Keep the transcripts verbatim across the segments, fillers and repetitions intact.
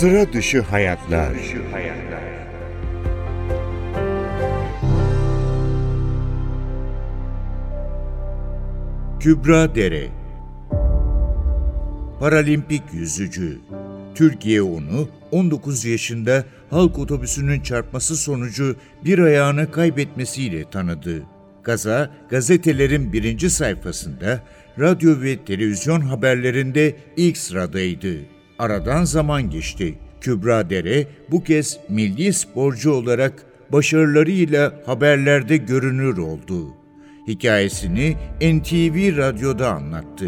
Sıra dışı hayatlar. Kübra Dere, paralimpik yüzücü. Türkiye onu on dokuz yaşında halk otobüsünün çarpması sonucu bir ayağını kaybetmesiyle tanıdı. Kaza, gazetelerin birinci sayfasında, radyo ve televizyon haberlerinde ilk sıradaydı. Aradan zaman geçti. Kübra Dere bu kez milli sporcu olarak başarılarıyla haberlerde görünür oldu. Hikayesini N T V Radyo'da anlattı.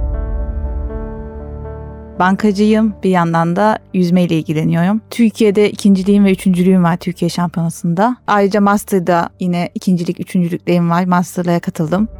Bankacıyım, bir yandan da yüzmeyle ilgileniyorum. Türkiye'de ikinciliğim ve üçüncülüğüm var Türkiye Şampiyonası'nda. Ayrıca Master'da yine ikincilik, üçüncülüklerim var. Master'lara katıldım.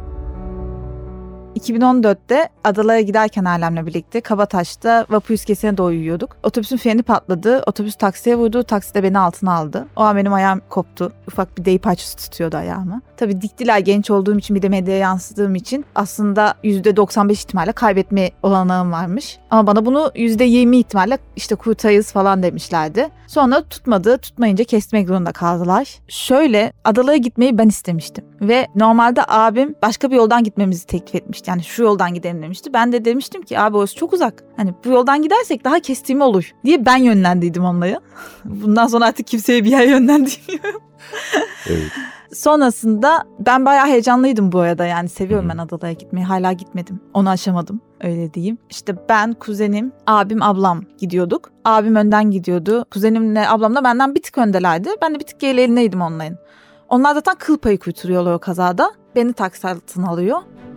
iki bin on dörtte adalara giderken ailemle birlikte Kabataş'ta vapur iskelesine doğru yürüyorduk. Otobüsün freni patladı. Otobüs taksiye vurdu. Taksi de beni altına aldı. O an benim ayağım koptu. Ufak bir deri parçası tutuyordu ayağımı. Tabii diktiler, genç olduğum için, bir de medyaya yansıdığım için aslında yüzde doksan beş ihtimalle kaybetme olanağım varmış. Ama bana bunu yüzde yirmi ihtimalle işte kurtarırız falan demişlerdi. Sonra tutmadı. Tutmayınca kesmek zorunda kaldılar. Şöyle, adalara gitmeyi ben istemiştim. Ve normalde abim başka bir yoldan gitmemizi teklif etmişti. Yani şu yoldan gidelim demişti. Ben de demiştim ki abi orası çok uzak. Hani bu yoldan gidersek daha kestiğimi olur diye ben yönlendirdim onları. Bundan sonra artık kimseye bir yer yönlendirmiyorum. Evet. Sonrasında ben bayağı heyecanlıydım bu arada. Yani seviyorum ben adalara gitmeyi. Hala gitmedim. Onu aşamadım. Öyle diyeyim. İşte ben, kuzenim, abim, ablam gidiyorduk. Abim önden gidiyordu. Kuzenimle ablam da benden bir tık öndelerdi. Ben de bir tık gerilerindeydim onların. Onlar zaten kıl payı kurturuyorlar o kazada. Beni taksi altına alıyor.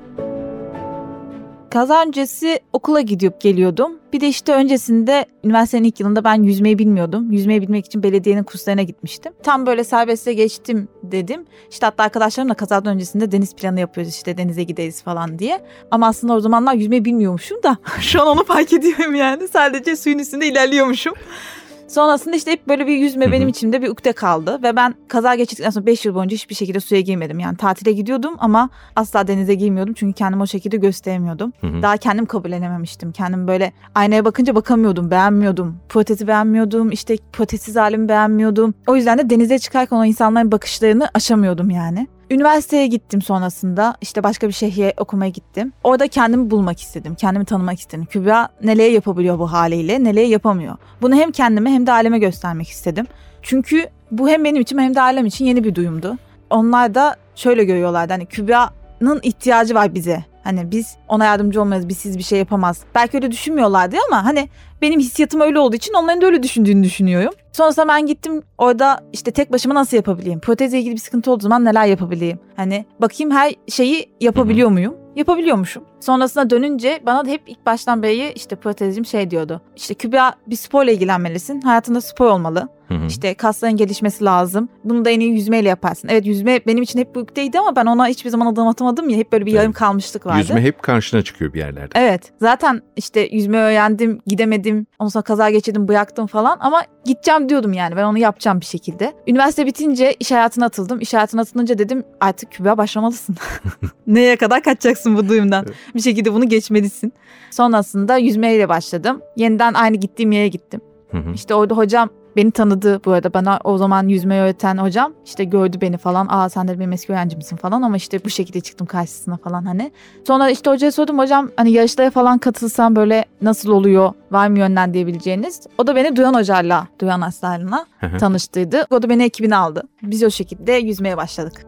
Kaza öncesi okula gidip geliyordum. Bir de işte öncesinde üniversitenin ilk yılında ben yüzmeyi bilmiyordum. Yüzmeyi bilmek için belediyenin kurslarına gitmiştim. Tam böyle serbeste geçtim dedim. İşte hatta arkadaşlarımla kazadan öncesinde deniz planı yapıyoruz, işte denize gideriz falan diye. Ama aslında o zamanlar yüzmeyi bilmiyormuşum da şu an onu fark ediyorum yani. Sadece suyun üstünde ilerliyormuşum. Sonrasında işte hep böyle bir yüzme benim içimde bir ukde kaldı. Ve ben kaza geçirdikten sonra beş yıl boyunca hiçbir şekilde suya girmedim. Yani tatile gidiyordum ama asla denize girmiyordum. Çünkü kendimi o şekilde gösteremiyordum. Hı hı. Daha kendim kabullenememiştim. Kendim böyle aynaya bakınca bakamıyordum, beğenmiyordum. Protezi beğenmiyordum, işte protezsiz halimi beğenmiyordum. O yüzden de denize çıkarken o insanların bakışlarını aşamıyordum yani. Üniversiteye gittim sonrasında. İşte başka bir şehre okumaya gittim. Orada kendimi bulmak istedim. Kendimi tanımak istedim. Kübra neler yapabiliyor bu haliyle, neler yapamıyor. Bunu hem kendime hem de aileme göstermek istedim. Çünkü bu hem benim için hem de ailem için yeni bir duyumdu. Onlar da şöyle görüyorlardı. Hani Kübra'nın ihtiyacı var bize. Hani biz ona yardımcı olmayız, biz siz bir şey yapamaz. Belki öyle düşünmüyorlardı ama hani benim hissiyatım öyle olduğu için onların da öyle düşündüğünü düşünüyorum. Sonrasında ben gittim, orada işte tek başıma nasıl yapabileyim? Protezle ilgili bir sıkıntı olduğu zaman neler yapabileyim? Hani bakayım her şeyi yapabiliyor muyum? Yapabiliyormuşum. Sonrasında dönünce bana da hep ilk baştan beri işte protezcim şey diyordu. İşte Kübra, bir sporla ilgilenmelisin. Hayatında spor olmalı. Hı hı. İşte kasların gelişmesi lazım. Bunu da en iyi yüzmeyle yaparsın. Evet, yüzme benim için hep büyükteydi ama ben ona hiçbir zaman adım atamadım ya. Hep böyle bir evet. yarım kalmışlık vardı. Yüzme hep karşına çıkıyor bir yerlerde. Evet. Zaten işte yüzme öğrendim, gidemedim. Ondan sonra kaza geçirdim, bıraktım falan. Ama gideceğim diyordum yani. Ben onu yapacağım bir şekilde. Üniversite bitince iş hayatına atıldım. İş hayatına atılınca dedim artık Kübra başlamalısın. Neye kadar kaçacaksın bu duyumdan? Evet. Bir şekilde bunu geçmelisin. Sonrasında yüzmeyle başladım. Yeniden aynı gittiğim yere gittim. Hı hı. İşte orada hocam beni tanıdı bu arada. Bana o zaman yüzmeyi öğreten hocam işte gördü beni falan. Aa sen de benim eski öğrencimsin falan, ama işte bu şekilde çıktım karşısına falan hani. Sonra işte hocaya sordum, hocam hani yarışlara falan katılsam böyle nasıl oluyor? Var mı yönlendirebileceğiniz? O da beni Duyan hocayla, Duyan Aslan'la tanıştırdı. O da beni ekibine aldı. Biz o şekilde yüzmeye başladık.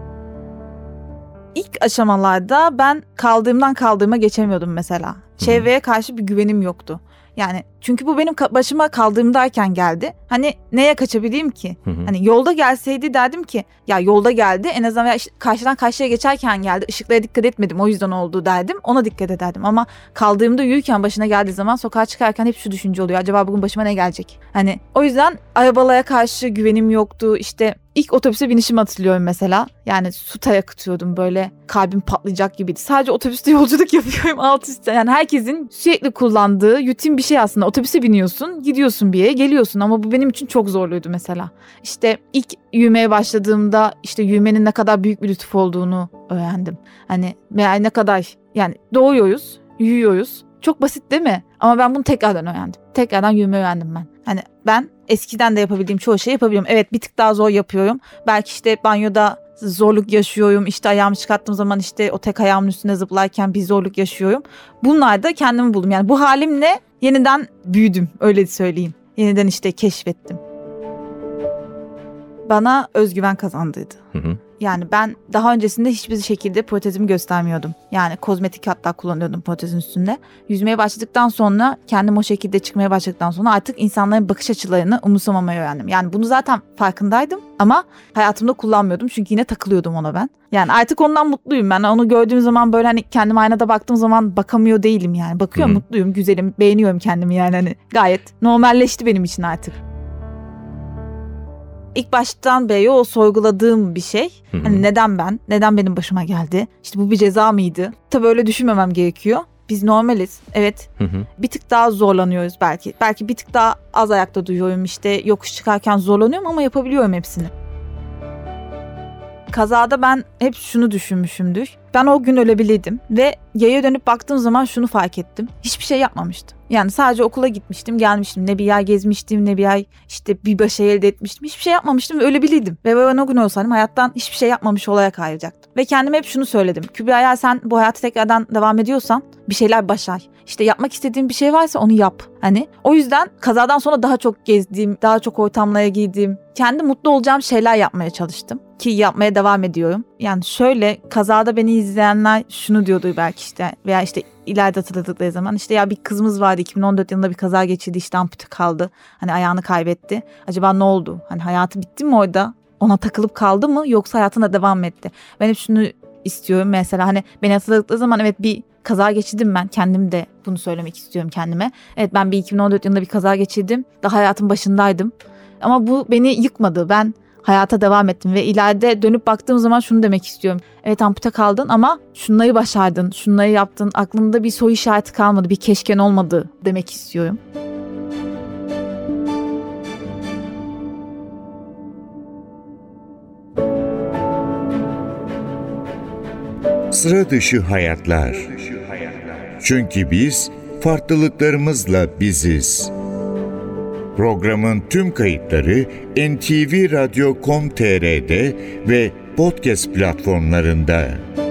İlk aşamalarda ben kaldığımdan kaldığıma geçemiyordum mesela. Çevreye karşı bir güvenim yoktu. Yani çünkü bu benim başıma kaldığımdayken geldi. Hani neye kaçabileyim ki? Hı hı. Hani yolda gelseydi derdim ki ya yolda geldi, en azından ya karşıdan karşıya geçerken geldi. Işıklara dikkat etmedim, o yüzden oldu derdim. Ona dikkat ederdim ama kaldığımda yürürken başına geldiği zaman sokağa çıkarken hep şu düşünce oluyor. Acaba bugün başıma ne gelecek? Hani o yüzden arabalara karşı güvenim yoktu. İşte İlk otobüse binişimi hatırlıyorum mesela. Yani su yakıtıyordum, böyle kalbim patlayacak gibiydi. Sadece otobüste yolculuk yapıyorum alt üstte. Yani herkesin sürekli kullandığı rutin bir şey aslında. Otobüse biniyorsun, gidiyorsun bir yere, geliyorsun, ama bu benim için çok zorluydu mesela. İşte ilk yürümeye başladığımda işte yürümenin ne kadar büyük bir lütuf olduğunu öğrendim. Hani veya ne kadar, yani doğuyoruz, yürüyoruz. Çok basit değil mi? Ama ben bunu tekrardan öğrendim. tekrardan yürümeyi öğrendim ben. Hani ben eskiden de yapabildiğim çoğu şeyi yapabiliyorum. Evet, bir tık daha zor yapıyorum. Belki işte banyoda zorluk yaşıyorum. İşte ayağımı çıkarttığım zaman işte o tek ayağımın üstüne zıplarken bir zorluk yaşıyorum. Bunlarda kendimi buldum. Yani bu halimle yeniden büyüdüm, öyle söyleyeyim. Yeniden işte keşfettim. Bana özgüven kazandırdı. Hı hı. Yani ben daha öncesinde hiçbir şekilde protezimi göstermiyordum. Yani kozmetik hatta kullanıyordum protezin üstünde. Yüzmeye başladıktan sonra, kendim o şekilde çıkmaya başladıktan sonra artık insanların bakış açılarını umursamamayı öğrendim. Yani bunu zaten farkındaydım ama hayatımda kullanmıyordum çünkü yine takılıyordum ona ben. Yani artık ondan mutluyum ben. Onu gördüğüm zaman böyle hani kendim aynada baktığım zaman bakamıyor değilim yani. Bakıyorum, Hı-hı. mutluyum, güzelim, beğeniyorum kendimi yani hani gayet normalleşti benim için artık. İlk baştan beri o sorguladığım bir şey. Hı hı. Hani neden ben? Neden benim başıma geldi? İşte bu bir ceza mıydı? Tabii öyle düşünmemem gerekiyor. Biz normaliz. Evet. Hı hı. Bir tık daha zorlanıyoruz belki. Belki bir tık daha az ayakta duruyorum. İşte yokuş çıkarken zorlanıyorum ama yapabiliyorum hepsini. Kazada ben hep şunu düşünmüşümdür. Ben o gün ölebilirdim ve yaya dönüp baktığım zaman şunu fark ettim. Hiçbir şey yapmamıştım. Yani sadece okula gitmiştim, gelmiştim. Ne bir yer gezmiştim, ne bir yer işte bir başarı elde etmiştim. Hiçbir şey yapmamıştım ve ölebilirdim. Ve ben o gün olsaydım hayattan hiçbir şey yapmamış olarak ayrılacaktım. Ve kendime hep şunu söyledim. Kübra, eğer sen bu hayata tekrardan devam ediyorsan bir şeyler başar. İşte yapmak istediğin bir şey varsa onu yap. Hani o yüzden kazadan sonra daha çok gezdiğim, daha çok ortamlara girdiğim, kendi mutlu olacağım şeyler yapmaya çalıştım. Ki yapmaya devam ediyorum. Yani şöyle, kazada beni izleyenler şunu diyordu belki işte veya işte ileride hatırladıkları zaman işte ya bir kızımız vardı iki bin on dört yılında bir kaza geçirdi, işte ampute kaldı. Hani ayağını kaybetti. Acaba ne oldu? Hani hayatı bitti mi orada? Ona takılıp kaldı mı yoksa hayatına devam mı etti? Ben hep şunu istiyorum mesela, hani beni hatırladıkları zaman evet bir kaza geçirdim ben. Kendim de bunu söylemek istiyorum kendime. Evet, ben bir iki bin on dört yılında bir kaza geçirdim. Daha hayatın başındaydım. Ama bu beni yıkmadı. Ben hayata devam ettim ve ileride dönüp baktığım zaman şunu demek istiyorum. Evet, ampute kaldın ama şunları başardın, şunları yaptın. Aklında bir soru işareti kalmadı, bir keşken olmadı demek istiyorum. Sıra dışı hayatlar. Çünkü biz farklılıklarımızla biziz. Programın tüm kayıtları en ti vi radyo nokta com nokta tr ve podcast platformlarında.